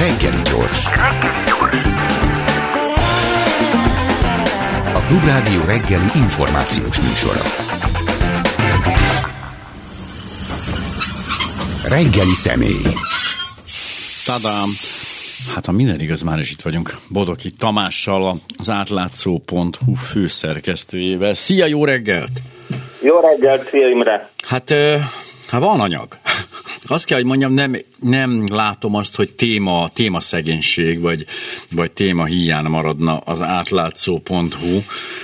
Reggeli gyors. A Klubrádió reggeli információs műsora. Reggeli személy. Tadám! Hát ha minden igaz, már is itt vagyunk. Bodoki Tamással, az átlátszó.hu főszerkesztőjével. Szia, jó reggelt! Jó reggelt, szia Imre! Hát van anyag. Azt kell, hogy mondjam, nem látom azt, hogy témaszegénység, vagy téma hiány maradna az átlátszó.hu.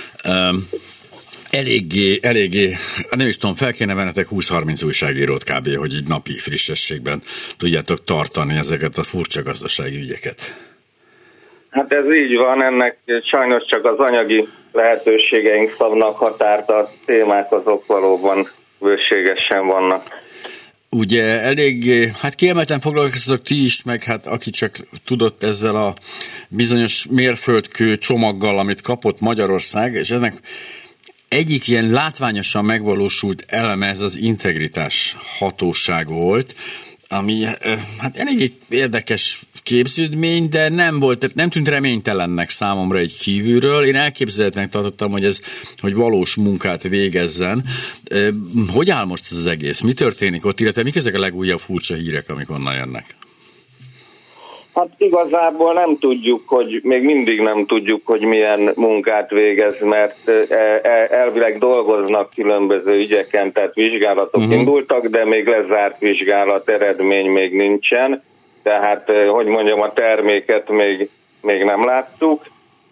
Eléggé, nem is tudom, fel kéne vennetek 20-30 újságírót kb., hogy így napi frissességben tudjátok tartani ezeket a furcsa gazdasági ügyeket. Hát ez így van, ennek sajnos csak az anyagi lehetőségeink szabnak határt, a témák azok valóban bőségesen vannak. Ugye eléggé, hát kiemelten foglalkoztatok ti is, meg hát aki csak tudott ezzel a bizonyos mérföldkő csomaggal, amit kapott Magyarország, és ennek egyik ilyen látványosan megvalósult eleme ez az integritás hatóság volt, ami hát elég érdekes képződmény, de nem tűnt reménytelennek számomra egy kívülről. Én elképzelhetőnek tartottam, hogy valós munkát végezzen. Hogy áll most ez az egész? Mi történik ott, illetve mik ezek a legújabb furcsa hírek, amik onnan jönnek? Hát igazából nem tudjuk, még mindig nem tudjuk, hogy milyen munkát végez, mert elvileg dolgoznak különböző ügyeken, tehát vizsgálatok indultak, de még lezárt vizsgálat eredmény még nincsen, tehát hogy mondjam, a terméket még nem láttuk.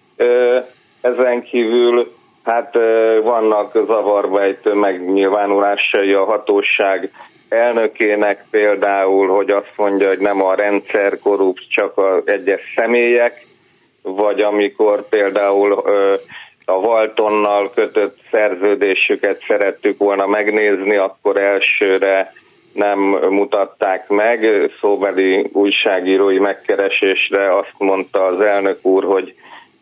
Ezen kívül hát vannak zavarbejtő megnyilvánulásai a hatóság elnökének például, hogy azt mondja, hogy nem a rendszer korrupt, csak az egyes személyek, vagy amikor például a Valtonnal kötött szerződésüket szerettük volna megnézni, akkor elsőre nem mutatták meg, szóbeli újságírói megkeresésre azt mondta az elnök úr, hogy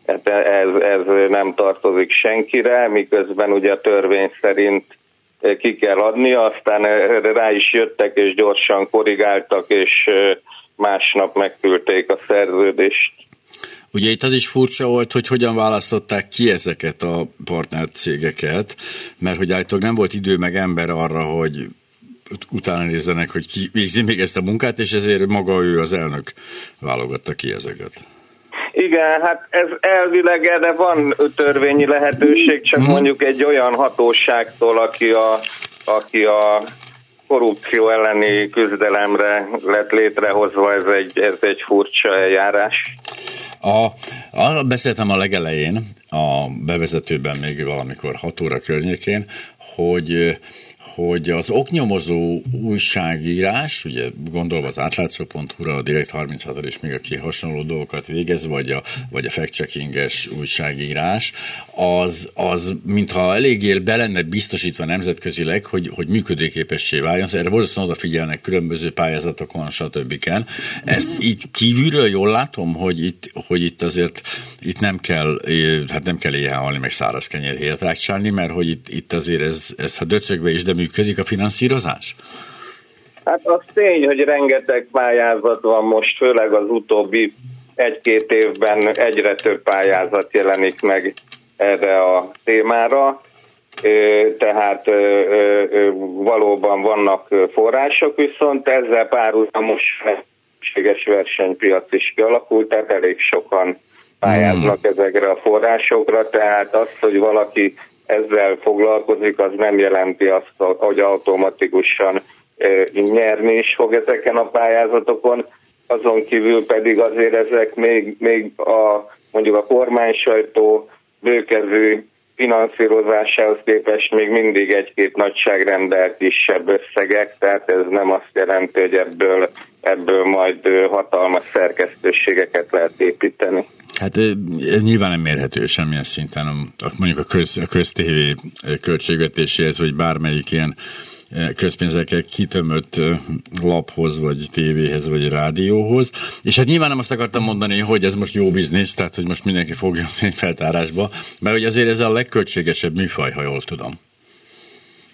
ez nem tartozik senkire, miközben ugye a törvény szerint ki kell adni, aztán rá is jöttek, és gyorsan korrigáltak, és másnap megküldték a szerződést. Ugye itt az is furcsa volt, hogy hogyan választották ki ezeket a partnercégeket, mert hogy állítólag nem volt idő meg ember arra, hogy utána nézzenek, hogy ki végzi még ezt a munkát, és ezért maga ő az elnök válogatta ki ezeket. Igen, hát ez elvileg erre van törvényi lehetőség, csak mondjuk egy olyan hatóságtól, aki a korrupció elleni küzdelemre lett létrehozva, ez egy furcsa eljárás. Arra beszéltem a legelején, a bevezetőben még valamikor 6 óra környékén, hogy az oknyomozó újságírás, ugye gondolva az átlátszó.hu-ra, a Direkt 36-ra és még aki hasonló dolgokat végez, vagy a fact-checkinges újságírás, az mintha eléggé be lenne biztosítva nemzetközileg, hogy működőképessé váljon. Erre borzasztóan odafigyelnek különböző pályázatokon, stb. Ezt így kívülről jól látom, hogy itt azért nem kell éhen halni, meg száraz kenyérhéjat rákcsálni, mert hogy itt azért ez ha döcögve is, de működik a finanszírozás? Hát az tény, hogy rengeteg pályázat van most, főleg az utóbbi 1-2 évben egyre több pályázat jelenik meg erre a témára, tehát valóban vannak források, viszont ezzel párhuzamos versenypiac is kialakult, tehát elég sokan pályáznak ezekre a forrásokra, tehát az, hogy valaki ezzel foglalkozik, az nem jelenti azt, hogy automatikusan nyerni is fog ezeken a pályázatokon. Azon kívül pedig azért ezek még mondjuk a kormánysajtó bőkezű finanszírozásához képest még mindig 1-2 nagyságrendel kisebb összegek, tehát ez nem azt jelenti, hogy ebből majd hatalmas szerkesztőségeket lehet építeni. Hát nyilván nem mérhető semmilyen szinten, mondjuk a köztévé költségvetéséhez, vagy bármelyik ilyen közpénzekkel kitömött laphoz, vagy tévéhez, vagy rádióhoz. És hát nyilván nem azt akartam mondani, hogy ez most jó biznisz, tehát hogy most mindenki fogja egy feltárásba, mert hogy azért ez a legköltségesebb műfaj, ha jól tudom.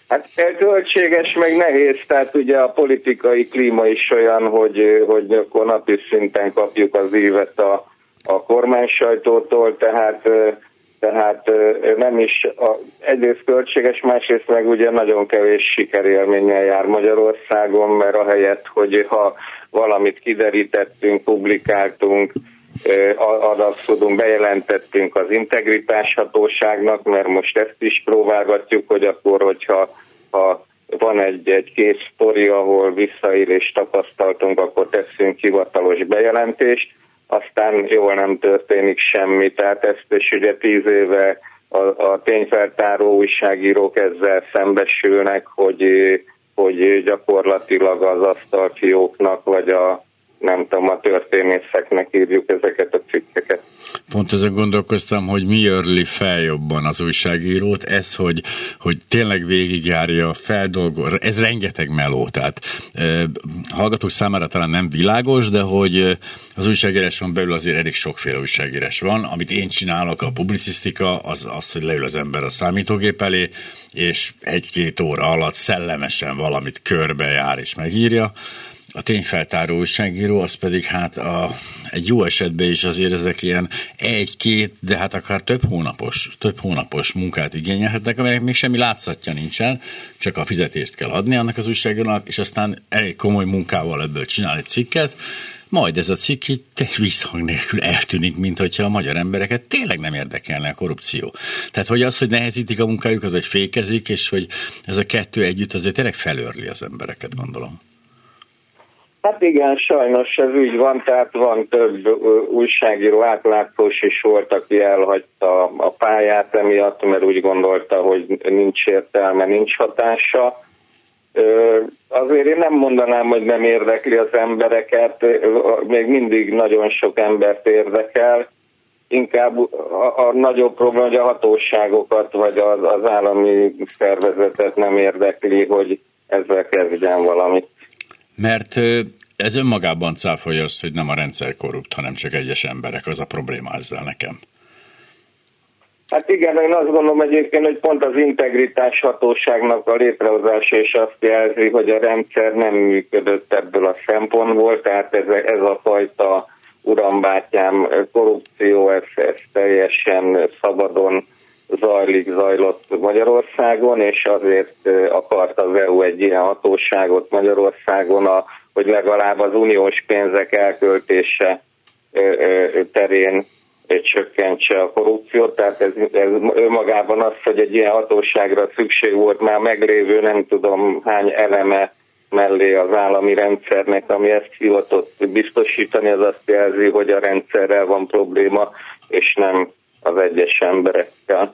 Hát költséges, meg nehéz, tehát ugye a politikai klíma is olyan, hogy akkor napi szinten kapjuk az ívet a kormány sajtótól, tehát nem is egyrészt költséges, másrészt meg ugye nagyon kevés sikerélménnyel jár Magyarországon, mert ahelyett, hogy ha valamit kiderítettünk, publikáltunk, adatszódunk, bejelentettünk az integritáshatóságnak, mert most ezt is próbálgatjuk, hogy akkor, hogyha van egy kész sztori, ahol visszaélést tapasztaltunk, akkor teszünk hivatalos bejelentést, aztán jól nem történik semmi. Tehát ezt is ugye 10 éve a tényfeltáró újságírók ezzel szembesülnek, hogy gyakorlatilag az asztalfióknak, vagy nem tudom, a történészeknek írjuk ezeket a cikkeket. Pont ezen gondolkoztam, hogy mi örli fel jobban az újságírót, ez, hogy tényleg végigjárja, feldolgoz, ez rengeteg meló, tehát hallgatók számára talán nem világos, de hogy az újságíráson belül azért elég sokféle újságírás van. Amit én csinálok, a publicisztika, az, hogy leül az ember a számítógép elé, és 1-2 óra alatt szellemesen valamit körbejár és megírja. A tényfeltáró újságíró, az pedig hát egy jó esetben is azért ezek ilyen 1-2, de hát akár több hónapos munkát igényelhetnek, amelyek még semmi látszatja nincsen, csak a fizetést kell adni annak az újságírónak, és aztán elég komoly munkával ebből csinál egy cikket, majd ez a cikk így visszhang nélkül eltűnik, mint hogyha a magyar embereket tényleg nem érdekelne a korrupció. Tehát, hogy az, hogy nehezítik a munkájukat, vagy fékezik, és hogy ez a kettő együtt azért tényleg felőrli az embereket, gondolom. Hát igen, sajnos ez úgy van, tehát van több újságíró, átlátszós is volt, aki elhagyta a pályát emiatt, mert úgy gondolta, hogy nincs értelme, nincs hatása. Azért én nem mondanám, hogy nem érdekli az embereket, még mindig nagyon sok embert érdekel. Inkább a nagyobb probléma, hogy a hatóságokat vagy az állami szervezetet nem érdekli, hogy ezzel kezdjen valamit. Mert ez önmagában cáfolja azt, hogy nem a rendszer korrupt, hanem csak egyes emberek, az a probléma ezzel nekem. Hát igen, én azt gondolom egyébként, hogy pont az integritás hatóságnak a létrehozása is azt jelzi, hogy a rendszer nem működött ebből a szempontból, tehát ez a fajta urambátyám korrupció, ez teljesen szabadon zajlott Magyarországon, és azért akart az EU egy ilyen hatóságot Magyarországon, hogy legalább az uniós pénzek elköltése terén csökkentse a korrupciót. Tehát ez önmagában az, hogy egy ilyen hatóságra szükség volt már meglévő nem tudom hány eleme mellé az állami rendszernek, ami ezt hivatott biztosítani, az azt jelzi, hogy a rendszerrel van probléma, és nem az egyes emberekkel.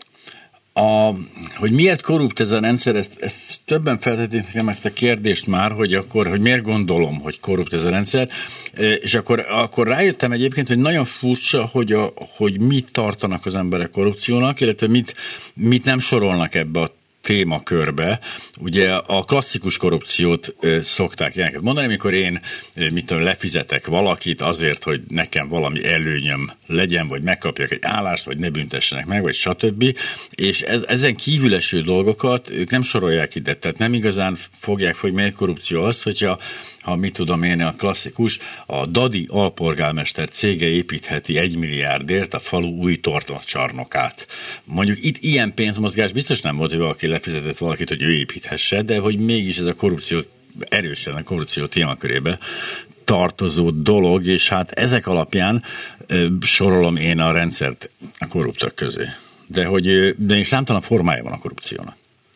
Hogy miért korrupt ez a rendszer, ezt többen feltették nekem ezt a kérdést már, hogy miért gondolom, hogy korrupt ez a rendszer, és akkor rájöttem egyébként, hogy nagyon furcsa, hogy mit tartanak az emberek korrupciónak, illetve mit nem sorolnak ebbe a témakörbe. Ugye a klasszikus korrupciót szokták ilyeneket mondani, amikor én lefizetek valakit azért, hogy nekem valami előnyöm legyen, vagy megkapjak egy állást, vagy ne büntessenek meg, vagy stb. És ezen kívüleső dolgokat ők nem sorolják ide, tehát nem igazán fogják, hogy melyik korrupció az, hogyha mit tudom én, a klasszikus, a Dadi alpolgármester cége építheti 1 milliárdért a falu új tornacsarnokát. Mondjuk itt ilyen pénzmozgás biztos nem volt, hogy valaki lefizetett valakit, hogy ő építhesse, de hogy mégis ez a korrupció, erősen a korrupció témakörébe tartozó dolog, és hát ezek alapján sorolom én a rendszert a korruptak közé. De én számtalan formája van a korrupciónak.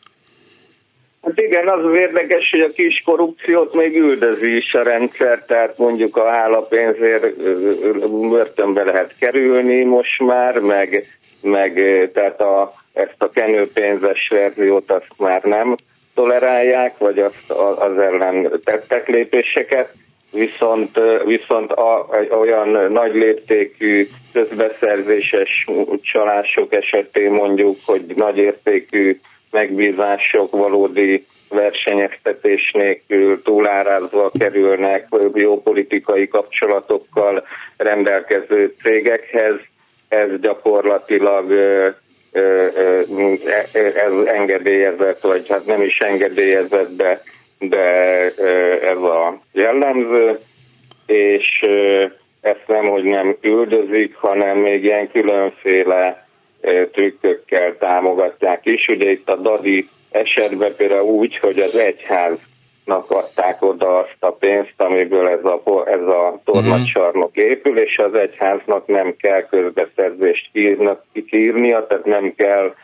Hát igen, az érdekes, hogy a kis korrupciót még üldözi is a rendszer, tehát mondjuk a hálapénzért börtönbe lehet kerülni most már, meg tehát ezt a kenőpénzes verziót azt már nem tolerálják, vagy az ellen tettek lépéseket, viszont olyan nagy léptékű közbeszerzéses csalások esetén mondjuk, hogy nagy értékű megbízások valódi versenyeztetés nélkül túlárázva kerülnek jó politikai kapcsolatokkal rendelkező cégekhez. Ez gyakorlatilag ez engedélyezett, vagy hát nem is engedélyezett, de ez a jellemző, és ezt nem, hogy nem üldözik, hanem még ilyen különféle trükkökkel támogatják is. Ugye itt a Dadi esetben például úgy, hogy az egyháznak adták oda azt a pénzt, amiből ez a tornacsarnok épül, és az egyháznak nem kell közbeszerzést kiírnia, tehát nem kell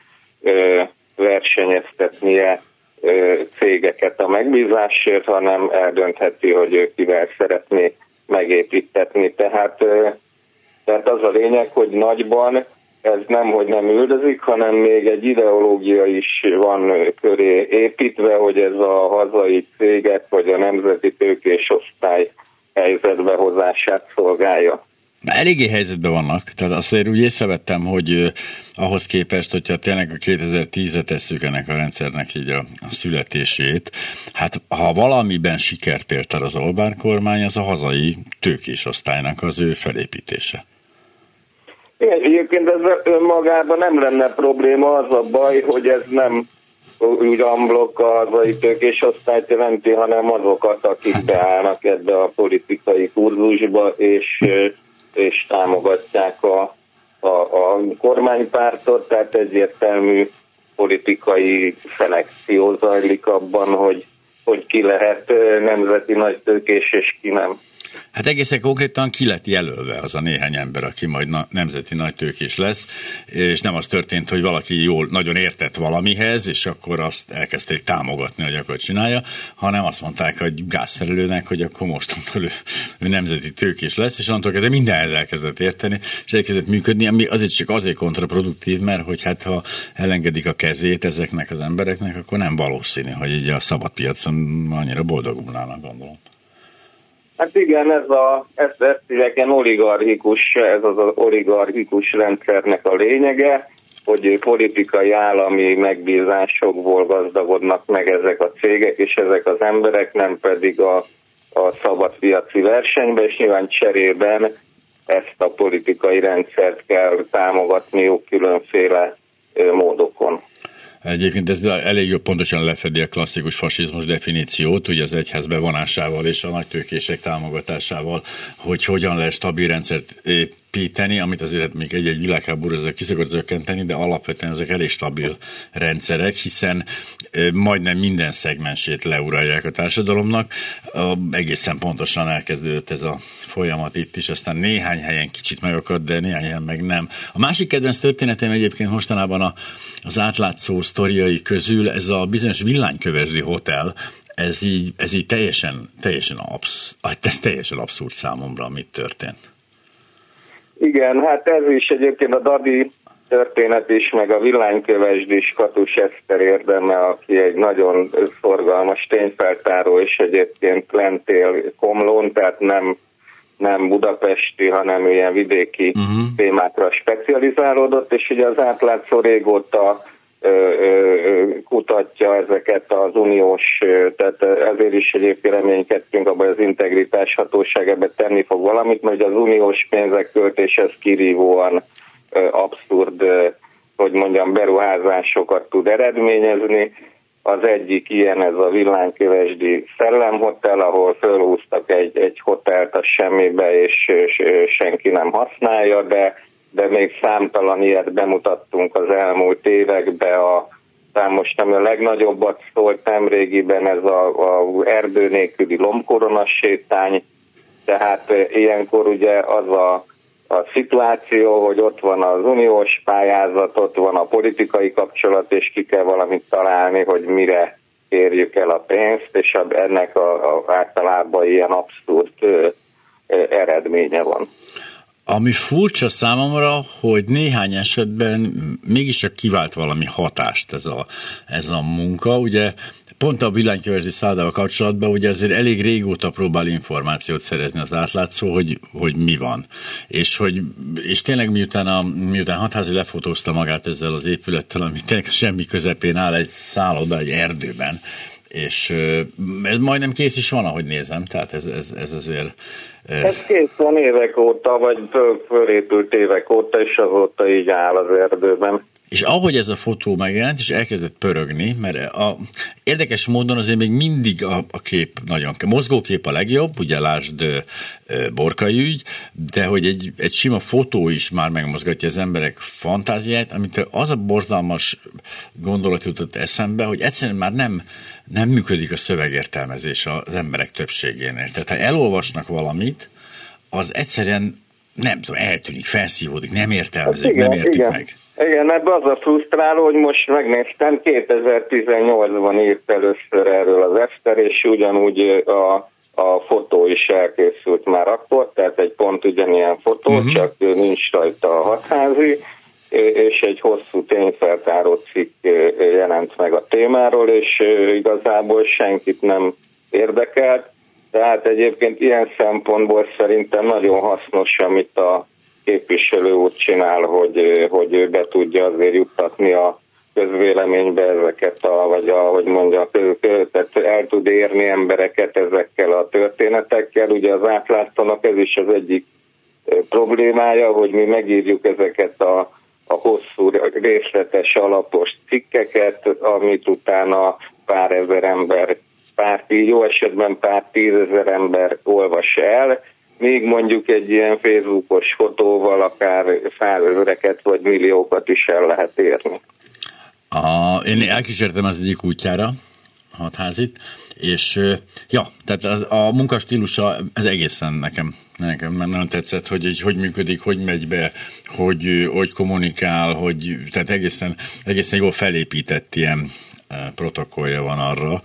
versenyeztetnie cégeket a megbízásért, hanem eldöntheti, hogy ő kivel szeretné megépítetni. Tehát az a lényeg, hogy nagyban ez nem, hogy nem üldözik, hanem még egy ideológia is van köré építve, hogy ez a hazai cégek vagy a nemzeti tőkés osztály helyzetbe hozását szolgálja. Eléggé helyzetben vannak, tehát azt úgy észrevettem, hogy ahhoz képest, hogyha tényleg a 2010-re tesszük ennek a rendszernek így a születését, hát ha valamiben sikert ért el az Orbán kormány, az a hazai tőkés osztálynak az ő felépítése. Igen, egyébként ez önmagában nem lenne probléma, az a baj, hogy ez nem úgy amblok a hazai tőkés osztályt jelenti, hanem azokat, akik beállnak ebbe a politikai kurzusba, és támogatják a kormánypártot, tehát egyértelmű politikai szelekció zajlik abban, hogy ki lehet nemzeti nagytőkés, és ki nem. Hát egészen konkrétan ki lett jelölve az a néhány ember, aki majd nemzeti nagytőkés lesz, és nem az történt, hogy valaki jól, nagyon értett valamihez, és akkor azt elkezdték támogatni, hogy akkor csinálja, hanem azt mondták, hogy gázfelelőnek, hogy akkor mostantól ő nemzeti tőkés lesz, és onnantól kezdve mindenhez elkezdett érteni, és elkezdett működni, ami azért csak azért kontraproduktív, mert hogy hát ha elengedik a kezét ezeknek az embereknek, akkor nem valószínű, hogy így a szabadpiacon annyira boldogulnának, gondolom. Hát igen, ez az oligarchikus rendszernek a lényege, hogy politikai állami megbízásokból gazdagodnak meg ezek a cégek és ezek az emberek, nem pedig a szabadpiaci versenyben, és nyilván cserében ezt a politikai rendszert kell támogatniuk különféle módokon. Egyébként ez elég pontosan lefedi a klasszikus fasizmus definíciót, ugye az egyház bevonásával és a nagytőkések támogatásával, hogy hogyan lehet stabil rendszert építeni, amit azért még egy világháború ezzel ki szokott zökkenteni, de alapvetően ezek elég stabil rendszerek, hiszen majdnem minden szegmensét leuralják a társadalomnak. Egészen pontosan elkezdődött ez a folyamat itt is, aztán néhány helyen kicsit megakadt, de néhány helyen meg nem. A másik kedvenc történetem egyébként mostanában az átlátszó sztoriai közül ez a bizonyos villánykövesdi hotel, ez így teljesen abszurd számomra, amit történt. Igen, hát ez is egyébként a Dadi történet is, meg a villánykövesd is Katus Eszter érdeme, aki egy nagyon szorgalmas tényfeltáró, és egyébként lent él Komlón, tehát nem budapesti, hanem ilyen vidéki témákra specializálódott, és ugye az átlátszó régóta kutatja ezeket az uniós, tehát ezért is egyébként reménykedtünk abban, hogy az integritás hatóság ebben tenni fog valamit, mert az uniós pénzek költése ez kirívóan abszurd, hogy mondjam, beruházásokat tud eredményezni. Az egyik ilyen ez a villánykövesdi szellemhotel, ahol fölhúztak egy hotelt a semmibe, és senki nem használja, de még számtalan ilyet bemutattunk az elmúlt években. Most nem a legnagyobbat szólt nemrégiben ez a erdő nélküli lombkorona sétány, tehát ilyenkor ugye az a szituáció, hogy ott van az uniós pályázat, ott van a politikai kapcsolat, és ki kell valamit találni, hogy mire érjük el a pénzt, és ennek általában ilyen abszurd eredménye van. Ami furcsa számomra, hogy néhány esetben mégiscsak kivált valami hatást ez a munka. Ugye pont a villánykövesdi szállodával kapcsolatban ugye azért elég régóta próbál információt szerezni az átlátszó, hogy mi van. És tényleg miután Hatházi lefotózta magát ezzel az épülettel, ami tényleg semmi közepén áll egy szálloda, egy erdőben, és ez majdnem kész is van, ahogy nézem, tehát ez azért... Ez kész van évek óta, vagy fölépült évek óta, és azóta így áll az erdőben. És ahogy ez a fotó megjelent, és elkezdett pörögni, mert érdekes módon azért még mindig a kép nagyon mozgókép a legjobb, ugye lásd Borkai ügy, de hogy egy sima fotó is már megmozgatja az emberek fantáziáját, amit az a borzalmas gondolat jutott eszembe, hogy egyszerűen már nem működik a szövegértelmezés az emberek többségénél. Tehát ha elolvasnak valamit, az egyszerűen nem tudom, eltűnik, felszívódik, nem értelmezik, nem értik meg. Igen, ebben az a frusztráló, hogy most megnéztem, 2018-ban írt először erről az Eszter, és ugyanúgy a fotó is elkészült már akkor, tehát egy pont ugyanilyen fotó, csak nincs rajta a hatházi, és egy hosszú tényfeltáró cikk jelent meg a témáról, és igazából senkit nem érdekelt. Tehát egyébként ilyen szempontból szerintem nagyon hasznos, amit a képviselő úr csinál, hogy ő be tudja azért juttatni a közvéleménybe ezeket, vagy ahogy mondja, tehát el tud érni embereket ezekkel a történetekkel. Ugye az átlátszónak ez is az egyik problémája, hogy mi megírjuk ezeket a hosszú, részletes, alapos cikkeket, amit utána pár ezer ember, jó esetben pár tízezer ember olvas el, még mondjuk egy ilyen Facebookos fotóval akár százezreket vagy milliókat is el lehet érni. Én elkísértem az egyik útjára, hatházit, és tehát a munkastílusa, ez egészen nekem nem tetszett, hogy működik, hogy megy be, hogy kommunikál, tehát egészen jól felépített ilyen protokollja van arra,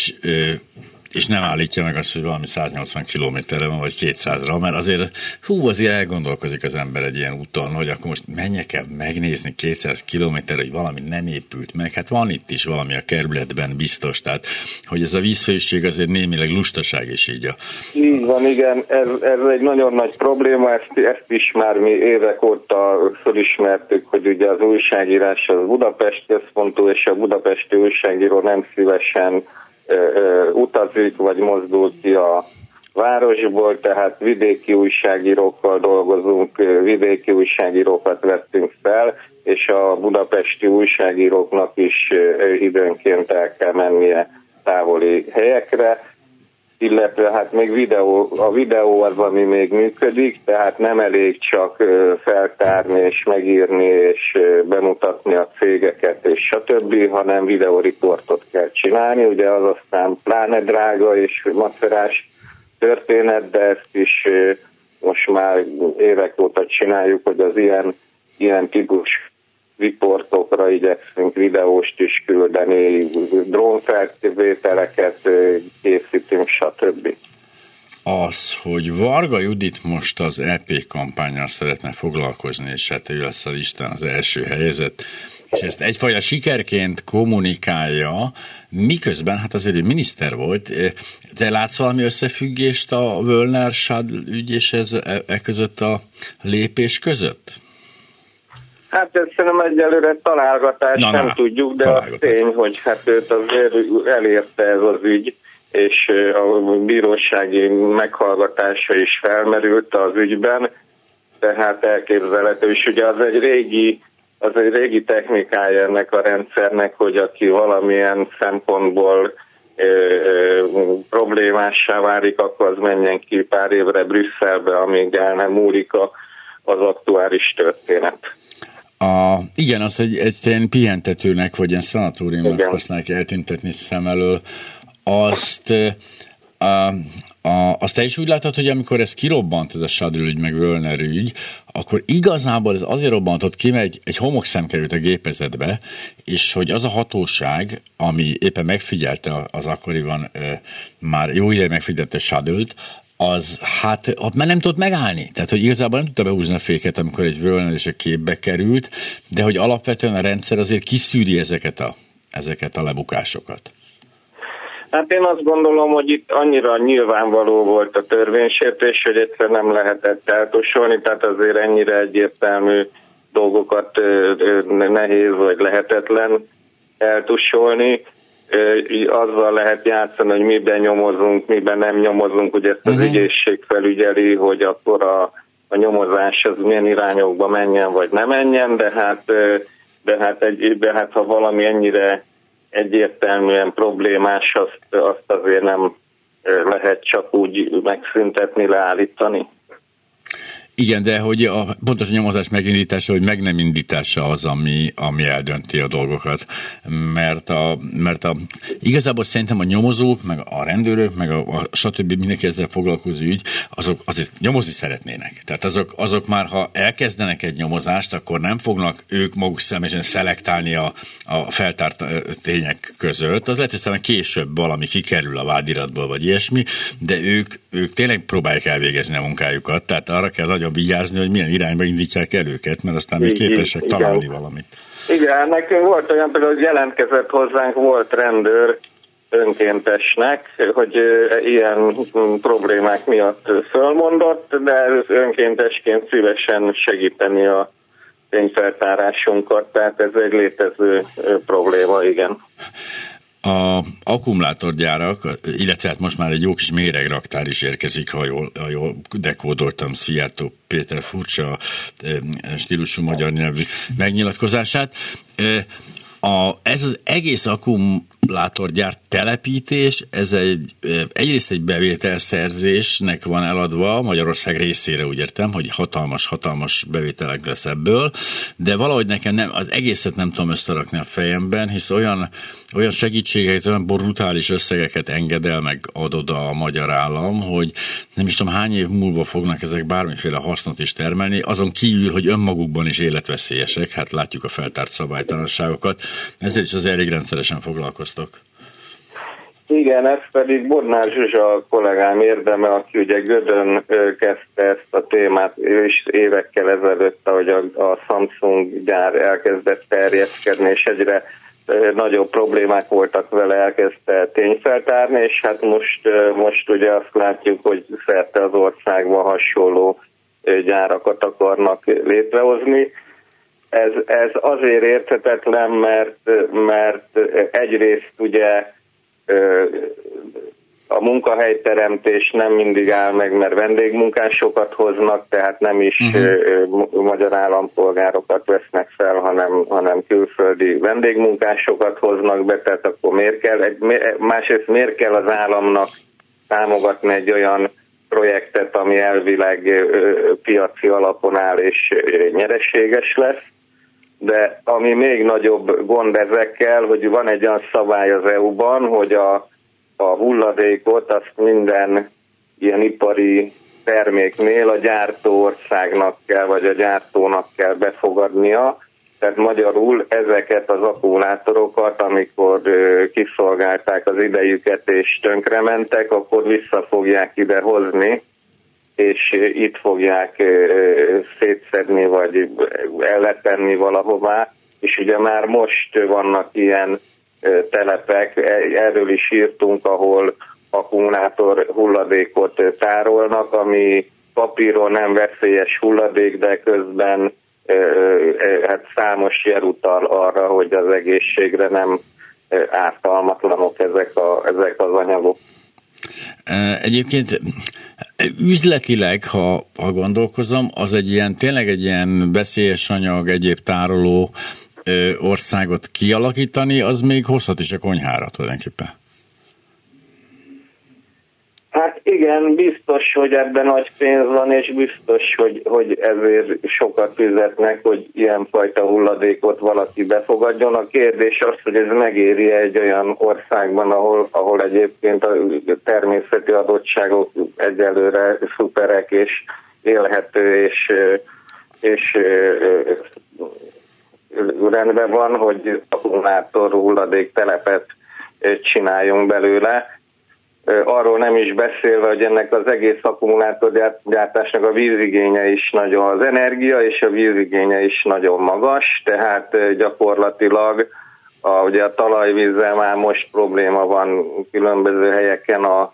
és nem állítja meg azt, hogy valami 180 kilométerre van, vagy 200-ra, mert azért elgondolkozik az ember egy ilyen úton, hogy akkor most menjek el megnézni 200 kilométerre, hogy valami nem épült meg. Hát van itt is valami a kerületben biztos, tehát hogy ez a vízfőség azért némileg lustaság is így. Így van, igen, ez egy nagyon nagy probléma, ezt is már mi évek óta fölismertük, hogy ugye az újságírás az Budapest központú, és a budapesti újságíró nem szívesen utazik, vagy mozdul ki a városból, tehát vidéki újságírókkal dolgozunk, vidéki újságírókat vettünk fel, és a budapesti újságíróknak is időnként el kell mennie távoli helyekre, illetve hát még a videó az, ami még működik, tehát nem elég csak feltárni és megírni és bemutatni a cégeket és stb., hanem videóriportot kell csinálni, ugye az aztán pláne drága és macerás történet, de ezt is most már évek óta csináljuk, hogy az ilyen típus riportokra igyekszünk videóst is küldeni, drónfelvételeket készítünk, stb. Az, hogy Varga Judit most az EP kampánnyal szeretne foglalkozni, és hát ő lesz a listán az első helyezett, és ezt egyfajta sikerként kommunikálja, miközben, hát azért ő miniszter volt, de látsz valami összefüggést a Völner-Schadl ügy és között a lépés között? Hát ezt szerintem egyelőre találgatás, nem tudjuk, de az tény, hogy hát őt azért elérte ez az ügy, és a bírósági meghallgatása is felmerült az ügyben, tehát elképzelhető, és ugye az egy régi technikája ennek a rendszernek, hogy aki valamilyen szempontból problémássá válik, akkor az menjen ki pár évre Brüsszelbe, amíg el nem múlik az aktuális történet. Igen, az, hogy egy ilyen pihentetőnek, vagy ilyen szanatóriumnak használják eltüntetni szem elől, azt te is úgy látod, hogy amikor ez kirobbant, ez a Schadl ügy, meg Völner ügy, akkor igazából ez azért robbantott ki, mert egy homokszem került a gépezetbe, és hogy az a hatóság, ami éppen megfigyelte az akkoriban, már jó ideje megfigyelte Schadlt, az hát már nem tudott megállni. Tehát, hogy igazából nem tudta behúzni a féket, amikor egy Völner és a képbe került, de hogy alapvetően a rendszer azért kiszűri ezeket a lebukásokat. Hát én azt gondolom, hogy itt annyira nyilvánvaló volt a törvénysértés, hogy egyszer nem lehetett eltusolni, tehát azért ennyire egyértelmű dolgokat nehéz vagy lehetetlen eltusolni. Azzal lehet játszani, hogy miben nyomozunk, miben nem nyomozunk, ugye ezt az ügyészség felügyeli, hogy akkor a nyomozás az milyen irányokba menjen, vagy ne menjen, de hát de hát ha valami ennyire egyértelműen problémás, azt azért nem lehet csak úgy megszüntetni, leállítani. Igen, de hogy a pontos nyomozás megindítása, hogy meg nem indítása az, ami eldönti a dolgokat. Mert igazából szerintem a nyomozók, meg a rendőrök, meg a stb. Mindenki ezzel foglalkozó ügy, azok azért nyomozni szeretnének. Tehát azok már, ha elkezdenek egy nyomozást, akkor nem fognak ők maguk személyesen szelektálni a feltárt tények között. Az lehet, hogy aztán később valami kikerül a vádiratból, vagy ilyesmi, de ők tényleg próbálják elvégezni a munkájukat, tehát arra kell nagyon vigyázni, hogy milyen irányba indítják el őket, mert aztán még képesek találni valamit. Igen, nekünk volt olyan például, hogy jelentkezett hozzánk, volt rendőr önkéntesnek, hogy ilyen problémák miatt fölmondott, de önkéntesként szívesen segíteni a tényfeltárásunkat, tehát ez egy létező probléma, igen. A akkumulátorgyárak, illetve hát most már egy jó kis méregraktár is érkezik, ha jól dekódoltam Szijjártó Péter furcsa stílusú magyar nyelvű megnyilatkozását. Ez az egész akkumulátorgyár telepítés, ez egyrészt egy bevételszerzésnek van eladva Magyarország részére, úgy értem, hogy hatalmas bevételek lesz ebből, de valahogy nekem az egészet nem tudom összerakni a fejemben, hisz olyan segítségeket, olyan brutális összegeket engedel meg ad oda a magyar állam, hogy nem is tudom hány év múlva fognak ezek bármiféle hasznot is termelni, azon kívül, hogy önmagukban is életveszélyesek, hát látjuk a feltárt szabálytalanságokat, ezzel is az elég rendszeresen foglalkoztak. Igen, ez pedig Bodnár Zsuzsa kollégám érdeme, aki ugye Gödön kezdte ezt a témát, ő is évekkel ezelőtt, ahogy a Samsung gyár elkezdett terjeszkedni, és egyre nagyobb problémák voltak vele, elkezdte tényfeltárni, és hát most ugye azt látjuk, hogy szerte az országban hasonló gyárakat akarnak létrehozni. Ez azért érthetetlen, mert egyrészt ugye a munkahelyteremtés nem mindig áll meg, mert vendégmunkásokat hoznak, tehát nem is magyar állampolgárokat vesznek fel, hanem külföldi vendégmunkásokat hoznak be, tehát akkor másrészt miért kell az államnak támogatni egy olyan projektet, ami elvileg piaci alapon áll és nyereséges lesz. De ami még nagyobb gond ezekkel, hogy van egy olyan szabály az EU-ban, hogy a hulladékot azt minden ilyen ipari terméknél a gyártó országnak kell, vagy a gyártónak kell befogadnia. Tehát magyarul ezeket az akkumulátorokat, amikor kiszolgálták az idejüket és tönkrementek, akkor vissza fogják ide hozni, és itt fogják szétszedni, vagy elletenni valahová, és ugye már most vannak ilyen telepek, erről is írtunk, ahol akkumulátor hulladékot tárolnak, ami papíron nem veszélyes hulladék, de közben hát számos jel utal arra, hogy az egészségre nem ártalmatlanok ezek az anyagok. Egyébként üzletileg, ha gondolkozom, az tényleg egy ilyen veszélyes anyag, egyéb tároló országot kialakítani, az még hozhat is a konyhára tulajdonképpen. Hát igen, biztos, hogy ebben nagy pénz van, és biztos, hogy ezért sokat fizetnek, hogy ilyenfajta hulladékot valaki befogadjon. A kérdés az, hogy ez megéri egy olyan országban, ahol egyébként a természeti adottságok egyelőre szuperek, és élhető, és rendben van, hogy akkumulátor hulladék telepet csináljunk belőle. Arról nem is beszélve, hogy ennek az egész akkumulátorgyártásnak a vízigénye is nagyon, az energia és a vízigénye is nagyon magas, tehát gyakorlatilag ugye a talajvízzel már most probléma van különböző helyeken a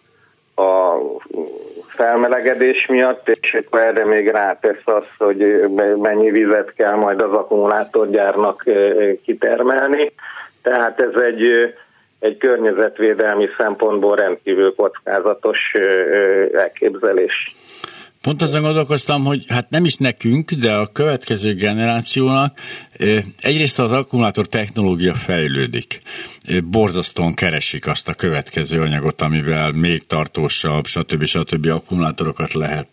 felmelegedés miatt, és akkor erre még rátesz az, hogy mennyi vizet kell majd az akkumulátorgyárnak kitermelni. Tehát ez egy környezetvédelmi szempontból rendkívül kockázatos elképzelés. Pont azon gondolkoztam, hogy hát nem is nekünk, de a következő generációnak egyrészt az akkumulátor technológia fejlődik. Borzasztóan keresik azt a következő anyagot, amivel még tartósabb, stb. Akkumulátorokat lehet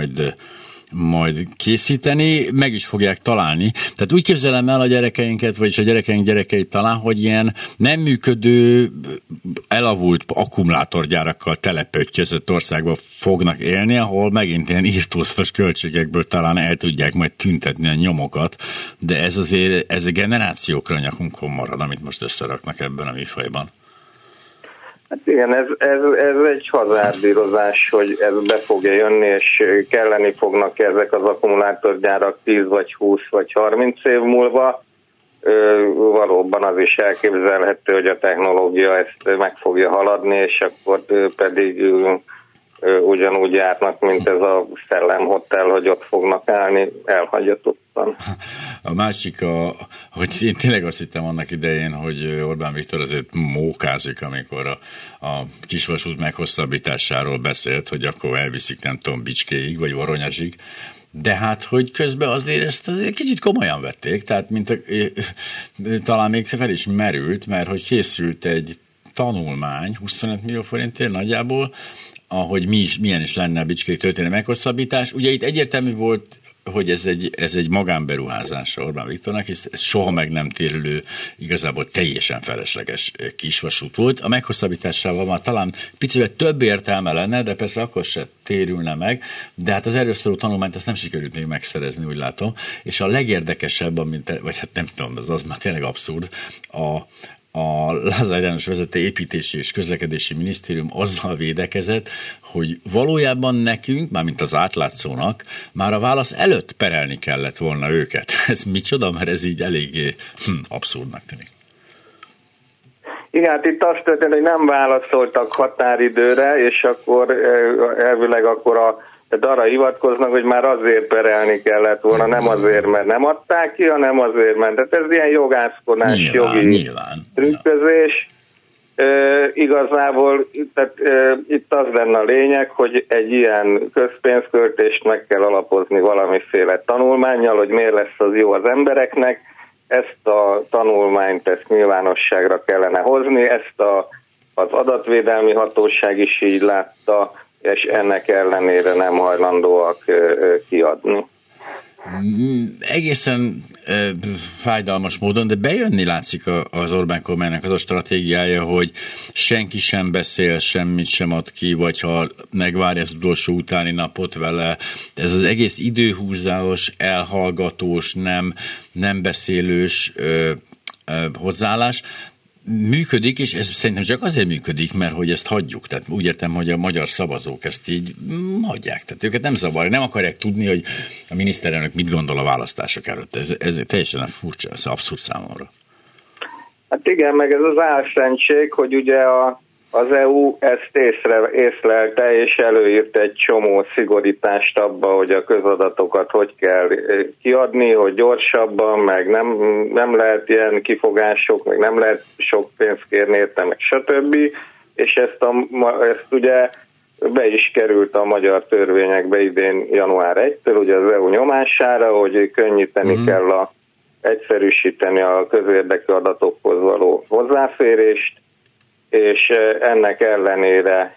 majd készíteni, meg is fogják találni. Tehát úgy képzelem el a gyerekeinket, vagyis a gyerekeink gyerekeit talán, hogy ilyen nem működő, elavult akkumulátorgyárakkal telepöttyözött országban fognak élni, ahol megint ilyen írtózatos költségekből talán el tudják majd tüntetni a nyomokat, de ez a generációkra nyakunkon marad, amit most összeraknak ebben a műfajban. Hát igen, ez egy hazárdírozás, hogy ez be fogja jönni, és kelleni fognak ezek az akkumulátorgyárak 10 vagy 20 vagy 30 év múlva. Valóban az is elképzelhető, hogy a technológia ezt meg fogja haladni, és akkor pedig ugyanúgy járnak, mint ez a szellemhotel, hogy ott fognak állni elhagyatottan. A másik, hogy én tényleg azt hittem annak idején, hogy Orbán Viktor azért mókázik, amikor a kisvasút meghosszabbításáról beszélt, hogy akkor elviszik nem tudom Bicskéig, vagy Voronyezsig, de hát, hogy közben azért ezt azért kicsit komolyan vették, tehát talán még fel is merült, mert hogy készült egy tanulmány, 25 millió forintért nagyjából, ahogy milyen is lenne a Bicskéig történő meghosszabbítás. Ugye itt egyértelmű volt, hogy ez egy magánberuházás Orbán Viktornak, és ez soha meg nem térülő, igazából teljesen felesleges kisvasút volt. A meghosszabbításával már talán picivel több értelme lenne, de persze akkor se térülne meg, de hát az erről szóló tanulmányt ezt nem sikerült még megszerezni, úgy látom. És a legérdekesebb, vagy hát nem tudom, az már tényleg abszurd, a Lázár János vezette építési és közlekedési minisztérium azzal védekezett, hogy valójában nekünk, mármint az átlátszónak, már a válasz előtt perelni kellett volna őket. Ez micsoda, mert ez így eléggé abszurdnak tűnik. Igen, hát itt azt történt, hogy nem válaszoltak határidőre, és akkor elvileg tehát arra hivatkoznak, hogy már azért perelni kellett volna, nem azért, mert nem adták ki, hanem azért, mert tehát ez ilyen jogászkodás, jogi trükközés. Igazából tehát, itt az lenne a lényeg, hogy egy ilyen közpénzköltést meg kell alapozni valamiféle tanulmánnyal, hogy miért lesz az jó az embereknek. Ezt a tanulmányt, ezt nyilvánosságra kellene hozni, ezt az adatvédelmi hatóság is így látta, és ennek ellenére nem hajlandóak kiadni. Egészen fájdalmas módon, de bejönni látszik az Orbán kormánynak az a stratégiája, hogy senki sem beszél, semmit sem ad ki, vagy ha megvárja az utolsó utáni napot vele. Ez az egész időhúzás, elhallgatós, nem beszélős hozzáállás működik, és ez szerintem csak azért működik, mert hogy ezt hagyjuk. Tehát úgy értem, hogy a magyar szavazók ezt így hagyják. Tehát őket nem zavarja, nem akarják tudni, hogy a miniszterelnök mit gondol a választások előtt. Ez teljesen furcsa, ez abszurd számomra. Hát igen, meg ez az álszentség, hogy ugye az EU ezt észlelte, és előírt egy csomó szigorítást abba, hogy a közadatokat hogy kell kiadni, hogy gyorsabban, meg nem lehet ilyen kifogások, meg nem lehet sok pénzt kérni érte, meg stb. És ezt ugye be is került a magyar törvényekbe idén január 1-től, ugye az EU nyomására, hogy könnyíteni kell egyszerűsíteni a közérdekű adatokhoz való hozzáférést, és ennek ellenére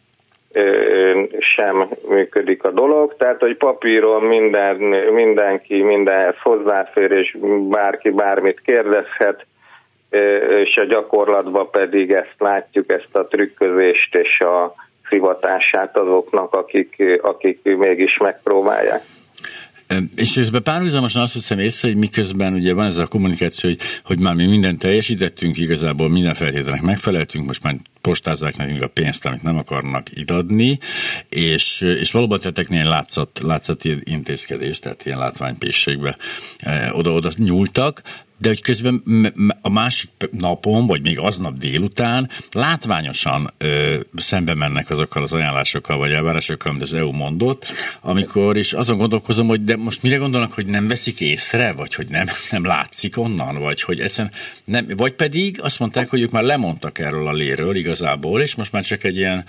sem működik a dolog. Tehát, hogy papíron mindenki mindenhez hozzáfér, és bárki bármit kérdezhet, és a gyakorlatban pedig ezt látjuk, ezt a trükközést és a szivatását azoknak, akik mégis megpróbálják. És közben párhuzamosan azt veszem észre, hogy miközben ugye van ez a kommunikáció, hogy már mi mindent teljesítettünk, igazából minden feltételnek megfeleltünk, most már postázzák nekünk a pénzt, amit nem akarnak idadni, és valóban tettek néhány látszati intézkedést, tehát ilyen látványpészségbe oda-oda nyúltak, de hogy közben a másik napon, vagy még aznap délután látványosan szembe mennek azokkal az ajánlásokkal, vagy elvárásokkal, amit az EU mondott, amikor is azon gondolkozom, hogy de most mire gondolnak, hogy nem veszik észre, vagy hogy nem látszik onnan, vagy hogy egyszerűen nem, vagy pedig azt mondták, hogy ők már lemondtak erről a léről igazából, és most már csak egy ilyen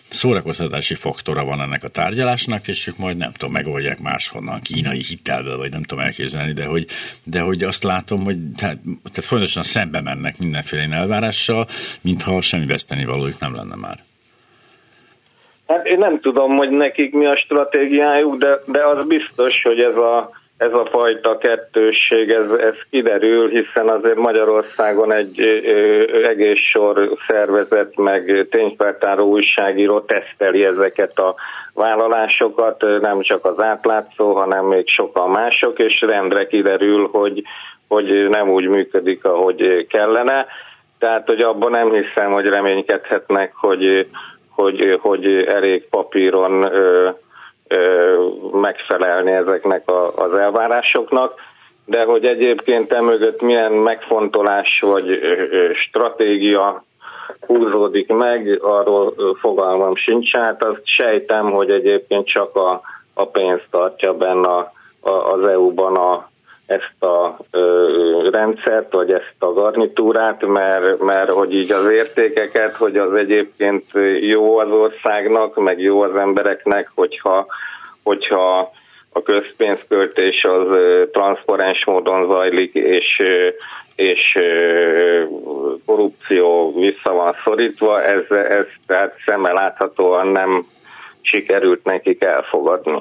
szórakoztatási faktora van ennek a tárgyalásnak, és ők majd nem tudom, megoldják máshonnan, kínai hitelből, vagy nem tudom elképzelni, de hogy azt látom, hogy tehát folyamatosan szembe mennek mindenféle elvárással, mintha semmi vesztenivalójuk nem lenne már. Hát én nem tudom, hogy nekik mi a stratégiájuk, de az biztos, hogy ez a fajta kettősség, ez kiderül, hiszen azért Magyarországon egy egész sor szervezet, meg tényfeltáró újságíró teszteli ezeket a vállalásokat, nem csak az átlátszó, hanem még sokan mások, és rendre kiderül, hogy nem úgy működik, ahogy kellene. Tehát, hogy abban nem hiszem, hogy reménykedhetnek, hogy elég papíron megfelelni ezeknek az elvárásoknak, de hogy egyébként emögött milyen megfontolás vagy stratégia húzódik meg, arról fogalmam sincs. Hát azt sejtem, hogy egyébként csak a pénz tartja benne az EU-ban ezt a rendszert, vagy ezt a garnitúrát, mert hogy így az értékeket, hogy az egyébként jó az országnak, meg jó az embereknek, hogyha a közpénzköltés az transzparens módon zajlik, és korrupció vissza van szorítva, ez tehát szemmel láthatóan nem sikerült nekik elfogadni.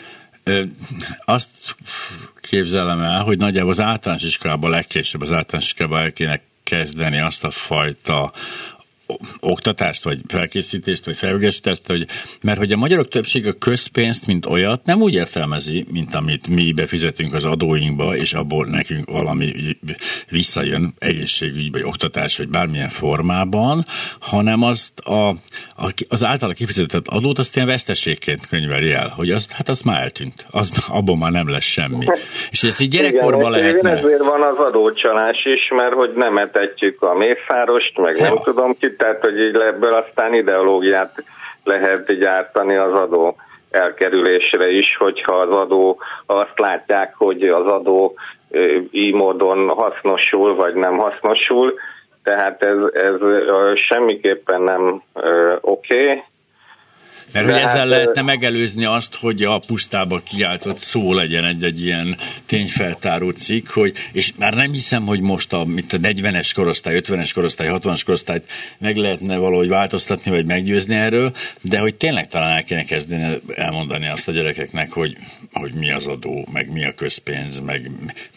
Azt képzelem el, hogy nagyjából az általános iskolában, legkésőbb az általános iskolában el kéne kezdeni azt a fajta oktatást, vagy felkészítést, vagy felvilágosítást, mert hogy a magyarok többsége a közpénzt, mint olyat nem úgy értelmezi, mint amit mi befizetünk az adóinkba, és abból nekünk valami visszajön egészségügy, vagy oktatás, vagy bármilyen formában, hanem azt az általa kifizetett adót azt ilyen veszteségként könyveli el, hogy azt már eltűnt, abból már nem lesz semmi. És ez így gyerekkorban lehetne. Ezért van az adócsalás is, mert hogy nem etetjük a mészárost, meg nem tudom ki, tehát hogy így ebből aztán ideológiát lehet gyártani az adó elkerülésre is, hogyha az adó, azt látják, hogy az adó így módon hasznosul, vagy nem hasznosul, tehát ez semmiképpen nem oké. Mert hogy ezzel lehetne megelőzni azt, hogy a pusztába kiáltott szó legyen egy ilyen tényfeltáró cikk, és már nem hiszem, hogy most a 40-es korosztály, 50-es korosztály, 60-as korosztályt meg lehetne valahogy változtatni, vagy meggyőzni erről, de hogy tényleg talán el kéne kezdeni elmondani azt a gyerekeknek, hogy mi az adó, meg mi a közpénz, meg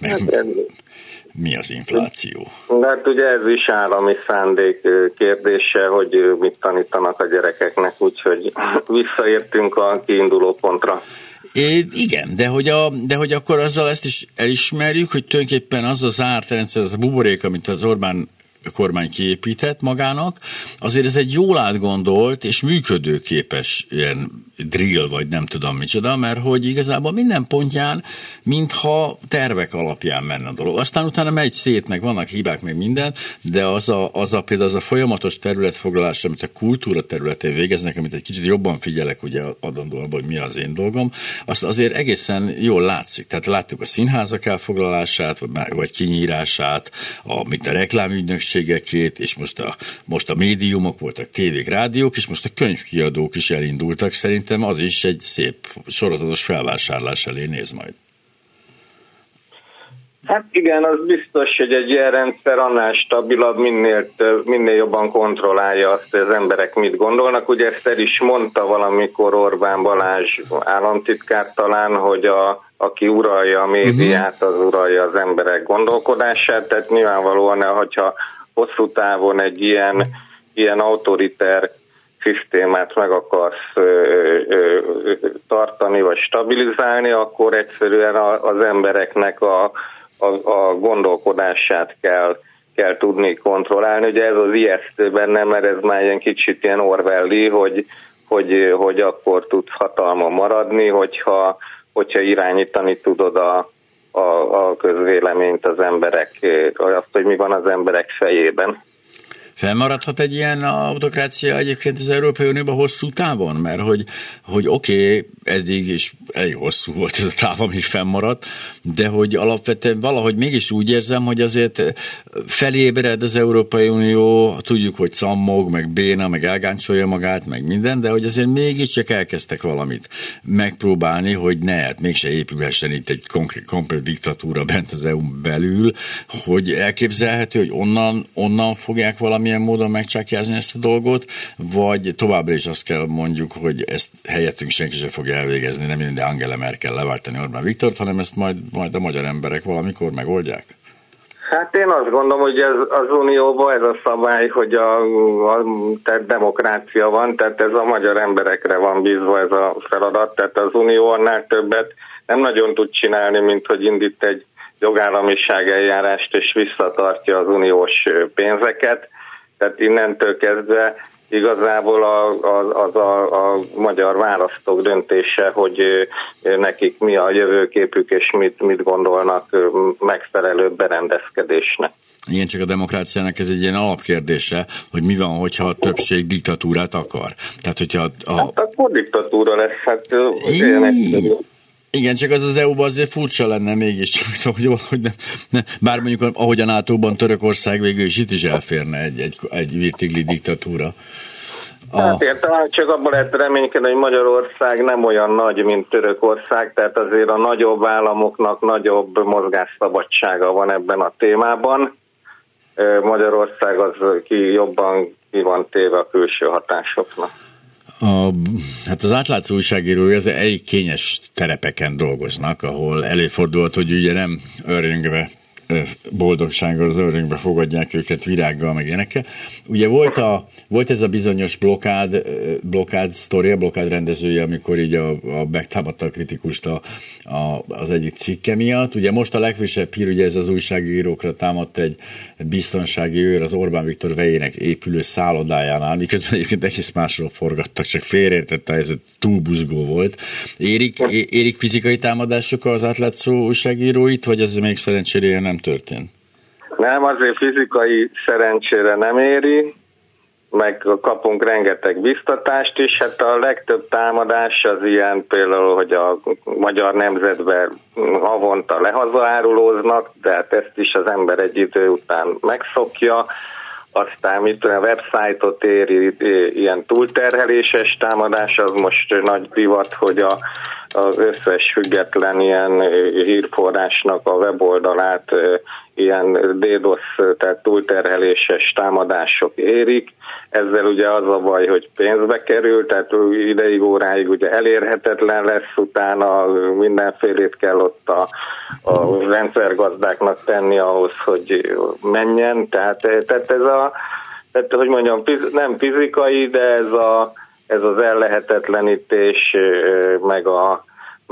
mi az infláció. De hát ugye ez is állami szándék kérdése, hogy mit tanítanak a gyerekeknek, úgyhogy visszaértünk a kiinduló pontra. Igen, de hogy akkor azzal ezt is elismerjük, hogy tulajdonképpen az a zárt rendszer, az a buborék, amit az Orbán kormány kiépített magának, azért ez egy jól átgondolt és működőképes ilyen drill, vagy nem tudom micsoda, mert hogy igazából minden pontján, mintha tervek alapján menne a dolog. Aztán utána megy szét, meg vannak hibák, meg minden, de például az a folyamatos területfoglalás, amit a kultúra területén végeznek, amit egy kicsit jobban figyelek, ugye adandóan, hogy mi az én dolgom, azt azért egészen jól látszik. Tehát láttuk a színházak elfoglalását, vagy kinyírását, a reklámügynökségekét, és most a médiumok voltak, tévék, rádiók, és most a könyvkiadók is elindultak. Szerintem az is egy szép sorozatos felvásárlás elé néz majd. Hát igen, az biztos, hogy egy ilyen rendszer annál stabilabb, minél jobban kontrollálja azt, hogy az emberek mit gondolnak. Ugye ezt el is mondta valamikor Orbán Balázs államtitkár talán, hogy aki uralja a médiát, az uralja az emberek gondolkodását. Tehát nyilvánvalóan, hogyha hosszú távon egy ilyen autoriter szisztémát meg akarsz tartani, vagy stabilizálni, akkor egyszerűen az embereknek a gondolkodását kell tudni kontrollálni. Ugye ez az ijesztő benne, mert ez már ilyen kicsit ilyen Orwelli, hogy akkor tudsz hatalma maradni, hogyha irányítani tudod a közvéleményt, az emberek, azt, hogy mi van az emberek fejében. Fennmaradhat egy ilyen autokrácia egyébként az Európai Unióban hosszú távon? Mert hogy oké, eddig is elég hosszú volt ez a táv, amíg fennmaradt, de hogy alapvetően valahogy mégis úgy érzem, hogy azért felébred az Európai Unió, tudjuk, hogy cammog, meg béna, meg elgáncsolja magát, meg minden, de hogy azért mégiscsak elkezdtek valamit megpróbálni, hogy hát mégse épülhessen itt egy komplet diktatúra bent az EU-n belül, hogy elképzelhető, hogy onnan fogják valamilyen módon megcsákjázni ezt a dolgot, vagy továbbra is azt kell mondjuk, hogy ezt helyettünk senki sem fogja elvégezni, nem minden Angela Merkel leváltani Orbán Viktort, hanem ezt majd a magyar emberek valamikor megoldják? Hát én azt gondolom, hogy ez az Unióban ez a szabály, hogy tehát demokrácia van, tehát ez a magyar emberekre van bízva ez a feladat, tehát az Unió annál többet nem nagyon tud csinálni, mint hogy indít egy jogállamiság eljárást és visszatartja az uniós pénzeket, tehát innentől kezdve igazából a magyar választók döntése, hogy nekik mi a jövőképük, és mit gondolnak megfelelő berendezkedésnek. Igen, csak a demokráciának ez egy ilyen alapkérdése, hogy mi van, hogyha a többség diktatúrát akar. Tehát, hogyha Hát akkor diktatúra lesz, hát igen, csak az EU-ban azért furcsa lenne mégiscsak, szóval, hogy bár mondjuk ahogy a NATO-ban Törökország végül is itt is elférne egy virtigli diktatúra. Hát talán csak abban lehet reménykedni, hogy Magyarország nem olyan nagy, mint Törökország, tehát azért a nagyobb államoknak nagyobb mozgásszabadsága van ebben a témában. Magyarország az jobban ki van téve a külső hatásoknak. Hát az átlátszó újságírói az egyik kényes terepeken dolgoznak, ahol előfordulhat, hogy ugye nem örjöngve boldogsággal az örökbe fogadják őket virággal, meg ilyenekkel. Ugye volt ez a bizonyos blokkád sztoria, blokkád rendezője, amikor így megtámadta a kritikust az egyik cikke miatt. Ugye most a legfrissebb hír, ugye ez az újságírókra támadt egy biztonsági őr az Orbán Viktor vejének épülő szállodájánál, miközben egyébként egész másról forgattak, csak félreértette, ez túl buzgó volt. Érik fizikai támadások az átlátszó újságíróit, vagy ez még szerencsére nem történt? Nem, azért fizikai szerencsére nem éri, meg kapunk rengeteg biztatást is, hát a legtöbb támadás az ilyen például, hogy a Magyar Nemzetben havonta lehazaárulóznak, de hát ezt is az ember egy idő után megszokja, aztán a websájtot éri ilyen túlterheléses támadás, az most nagy divat, hogy az összes független ilyen hírforrásnak a weboldalát ilyen DDoS, tehát túlterheléses támadások érik. Ezzel ugye az a baj, hogy pénzbe kerül, tehát ideig, óráig ugye elérhetetlen lesz, utána mindenfélét kell ott a rendszergazdáknak tenni ahhoz, hogy menjen. Tehát hogy mondjam, nem fizikai, de ez az ellehetetlenítés, meg a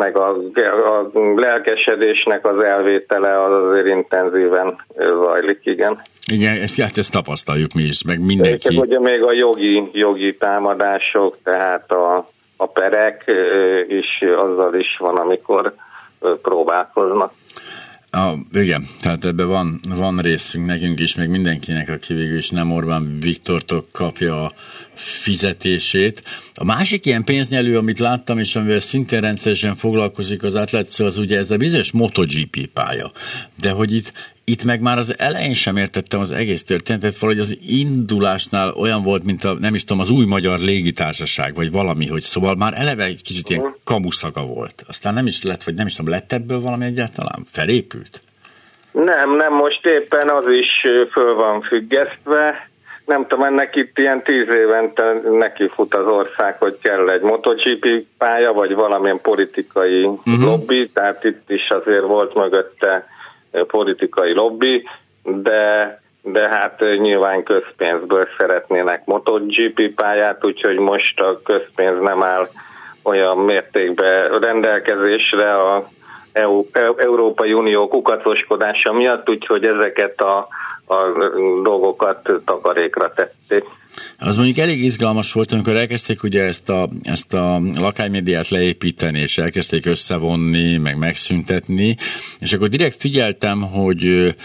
lelkesedésnek az elvétele az azért intenzíven zajlik, igen. Igen, ezt tapasztaljuk mi is, meg mindenki. Csak ugye még a jogi támadások, tehát a perek is, azzal is van, amikor próbálkoznak. Igen, tehát ebben van részünk nekünk is, meg mindenkinek, aki végül is nem Orbán Viktortól kapja a fizetését. A másik ilyen pénznyelő, amit láttam, és amivel szintén rendszeresen foglalkozik az átlátszó, az ugye ez a bizonyos MotoGP pálya. De hogy itt meg már az elején sem értettem az egész történetet, valahogy az indulásnál olyan volt, mint az új magyar légitársaság, vagy valami, hogy szóval már eleve egy kicsit ilyen kamuszaka volt. Aztán nem is lett, vagy nem is tudom, lett ebből valami egyáltalán? Felépült? Nem, most éppen az is föl van függesztve. Nem tudom, ennek itt ilyen 10 évente neki fut az ország, hogy kell egy MotoGP pálya, vagy valamilyen politikai lobby, tehát itt is azért volt mögötte politikai lobby, de hát nyilván közpénzből szeretnének MotoGP pályát, úgyhogy most a közpénz nem áll olyan mértékben rendelkezésre a Európai Unió kukacoskodása miatt, úgyhogy ezeket a dolgokat takarékra tették. Az mondjuk elég izgalmas volt, amikor elkezdték ugye ezt a lakánymédiát leépíteni, és elkezdték összevonni, meg megszüntetni, és akkor direkt figyeltem, hogy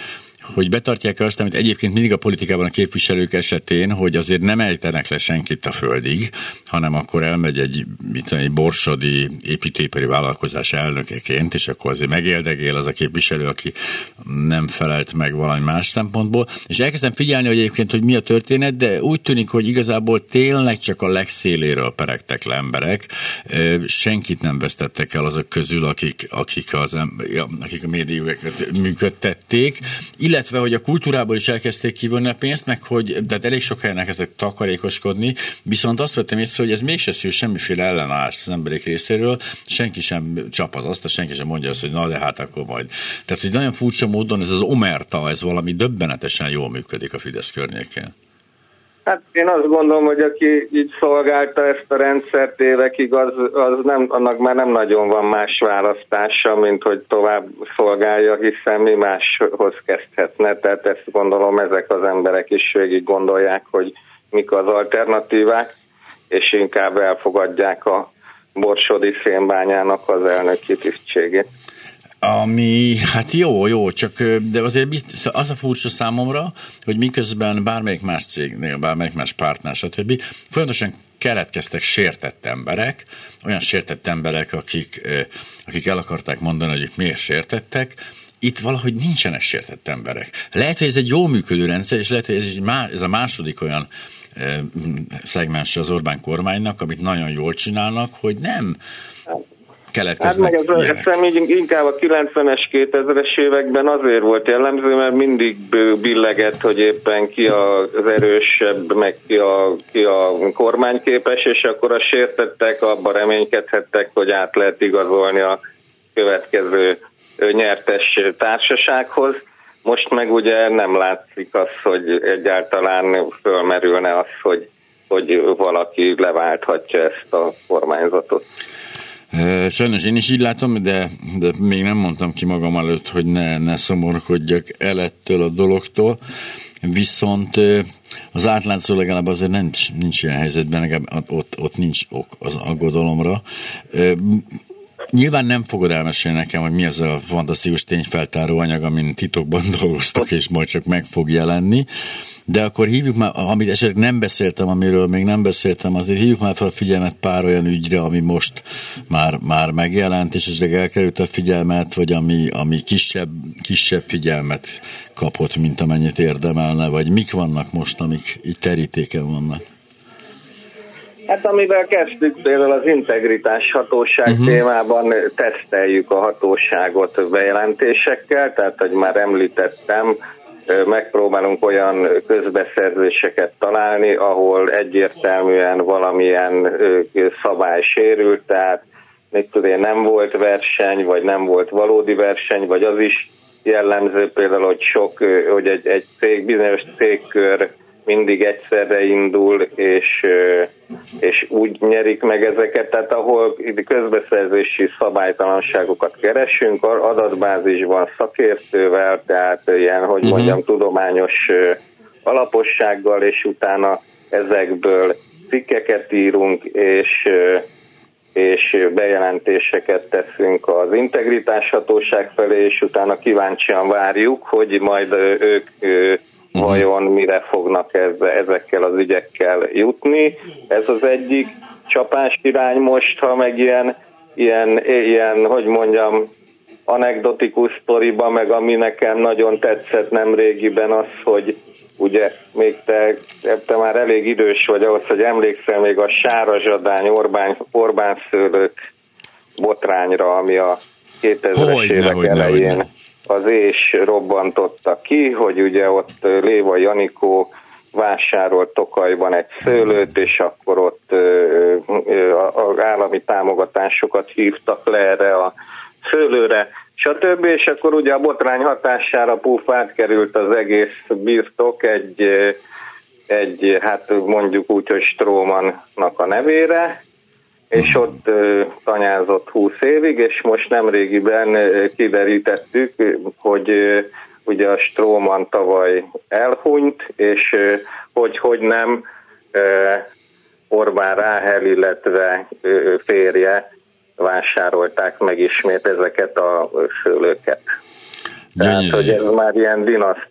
hogy betartják azt, amit egyébként mindig a politikában a képviselők esetén, hogy azért nem ejtenek le senkit a földig, hanem akkor elmegy egy borsodi építőipari vállalkozás elnökeként, és akkor azért megéldegél az a képviselő, aki nem felelt meg valami más szempontból. És elkezdtem figyelni, hogy egyébként, hogy mi a történet, de úgy tűnik, hogy igazából tényleg csak a legszéléről peregtek le emberek. Senkit nem vesztettek el azok közül, akik a médiumokat működtették, illetve, hogy a kultúrából is elkezdték kivonni a pénzt, meg hogy tehát elég sok helyen elkezdtek takarékoskodni, viszont azt vettem észre, hogy ez mégse szül semmiféle ellenállást az emberek részéről, senki sem csap az azt, senki sem mondja azt, hogy na de hát akkor majd. Tehát, hogy nagyon furcsa módon ez az omerta, ez valami döbbenetesen jól működik a Fidesz környékén. Hát én azt gondolom, hogy aki így szolgálta ezt a rendszert évekig, az nem, annak már nem nagyon van más választása, mint hogy tovább szolgálja, hiszen mi máshoz kezdhetne. Tehát ezt gondolom, ezek az emberek is végig gondolják, hogy mik az alternatívák, és inkább elfogadják a borsodi szénbányának az elnöki tisztségét. Ami, hát jó, csak de azért az a furcsa számomra, hogy miközben bármelyik más cégnél, bármelyik más pártnál, stb. Folyamatosan keletkeztek sértett emberek, olyan sértett emberek, akik el akarták mondani, hogy ők miért sértettek. Itt valahogy nincsenek sértett emberek. Lehet, hogy ez egy jól működő rendszer, és lehet, hogy ez a második olyan szegmense az Orbán kormánynak, amit nagyon jól csinálnak, hogy nem keletkeznek. Hát meg az inkább a 90-es, 2000-es években azért volt jellemző, mert mindig billegett, hogy éppen ki az erősebb, meg ki a kormányképes, és akkor a sértettek abban reménykedhettek, hogy át lehet igazolni a következő nyertes társasághoz. Most meg ugye nem látszik az, hogy egyáltalán fölmerülne az, hogy valaki leválthatja ezt a kormányzatot. Sajnos én is így látom, de még nem mondtam ki magam előtt, hogy ne szomorkodjak el ettől a dologtól. Viszont az átlátszó legalább azért nincs ilyen helyzetben, legalább ott nincs ok az aggodalomra. Nyilván nem fogod elmesélni nekem, hogy mi az a fantasztikus tényfeltáró anyag, amin titokban dolgoztak, és majd csak meg fog jelenni. De akkor hívjuk már, amit esetleg nem beszéltem, amiről még nem beszéltem, azért hívjuk már fel a figyelmet pár olyan ügyre, ami most már megjelent, és esetleg elkerült a figyelmet, vagy ami kisebb figyelmet kapott, mint amennyit érdemelne, vagy mik vannak most, amik így terítéken vannak? Hát amivel kezdtük, például az integritás hatóság témában teszteljük a hatóságot bejelentésekkel, tehát, hogy már említettem, megpróbálunk olyan közbeszerzéseket találni, ahol egyértelműen valamilyen szabály sérült, tehát nem volt verseny, vagy nem volt valódi verseny, vagy az is jellemző például, hogy egy cég, bizonyos cégkör mindig egyszerre indul, és úgy nyerik meg ezeket, tehát ahol közbeszerzési szabálytalanságokat keresünk, adatbázisban szakértővel, tehát ilyen, hogy mondjam, tudományos alapossággal, és utána ezekből cikkeket írunk, és bejelentéseket teszünk az integritás hatóság felé, és utána kíváncsian várjuk, hogy majd ők vajon mire fognak ezekkel az ügyekkel jutni. Ez az egyik csapás irány most, ha meg ilyen, hogy mondjam, anekdotikus sztoriba, meg ami nekem nagyon tetszett nemrégiben az, hogy ugye még te már elég idős vagy ahhoz, hogy emlékszel még a sárazsadány Orbán szőlők botrányra, ami a 2000-es évek elején az és robbantotta ki, hogy ugye ott Léva Janikó vásárolt Tokajban egy szőlőt, és akkor ott az állami támogatásokat hívtak le erre a szőlőre, stb. És akkor ugye a botrány hatására átkerült az egész birtok egy hát mondjuk úgy, hogy Strómannak a nevére, és ott tanyázott 20 évig, és most nemrégiben kiderítettük, hogy ugye a Stróman tavaly elhunyt, és hogy nem Orbán Ráhel, illetve férje vásárolták meg ismét ezeket a szőlőket. Tehát, hogy ez már ilyen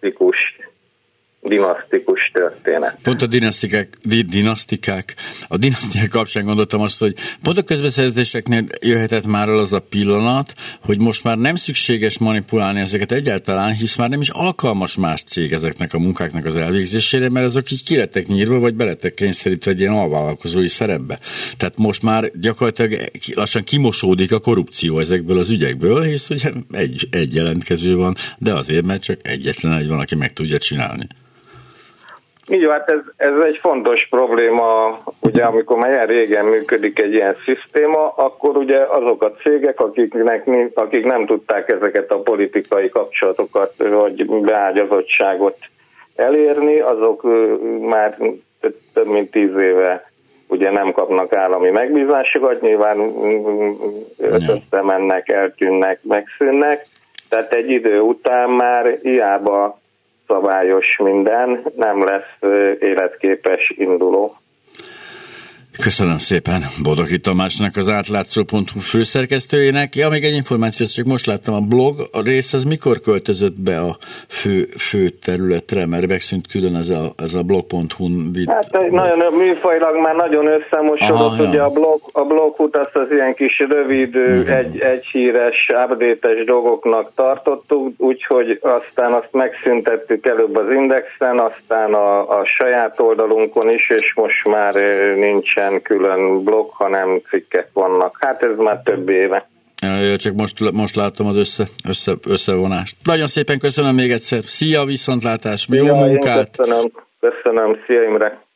dinasztikus történet. Pont a dinasztikák kapcsán gondoltam azt, hogy pont a közbeszerzéseknél jöhetett már az a pillanat, hogy most már nem szükséges manipulálni ezeket egyáltalán, hisz már nem is alkalmas más cég ezeknek a munkáknak az elvégzésére, mert azok így ki lettek nyírva, vagy belettek kényszerítve egy ilyen alvállalkozói szerepbe. Tehát most már gyakorlatilag lassan kimosódik a korrupció ezekből az ügyekből, hisz ugye egy jelentkező van, de azért, mert csak egyetlen egy van, aki meg tudja csinálni. Így hát ez egy fontos probléma, ugye amikor már régen működik egy ilyen szisztéma, akkor ugye azok a cégek, akik nem tudták ezeket a politikai kapcsolatokat vagy beágyazottságot elérni, azok már több mint 10 éve ugye nem kapnak állami megbízásokat, nyilván összemennek, eltűnnek, megszűnnek, tehát egy idő után már hiába szabályos minden, nem lesz életképes induló. Köszönöm szépen Bodoki Tamásnak, az átlátszó.hu főszerkesztőjének. Ja, még egy információ, csak most láttam, a blog, a rész az mikor költözött be a fő területre, mert megszűnt külön ez a blog.hu-n. Hát nagyon műfajilag már nagyon összemosodott, ugye a bloghut azt az ilyen kis rövid, egy híres, update-es dolgoknak tartottuk, úgyhogy aztán azt megszüntettük előbb az Indexen, aztán a saját oldalunkon is, és most már nincs külön blog, hanem cikkek vannak. Hát ez már több éve. Ja, csak most láttam az összevonást. Nagyon szépen köszönöm még egyszer. Szia, viszontlátás, jó munkát! Köszönöm. Szia Imre!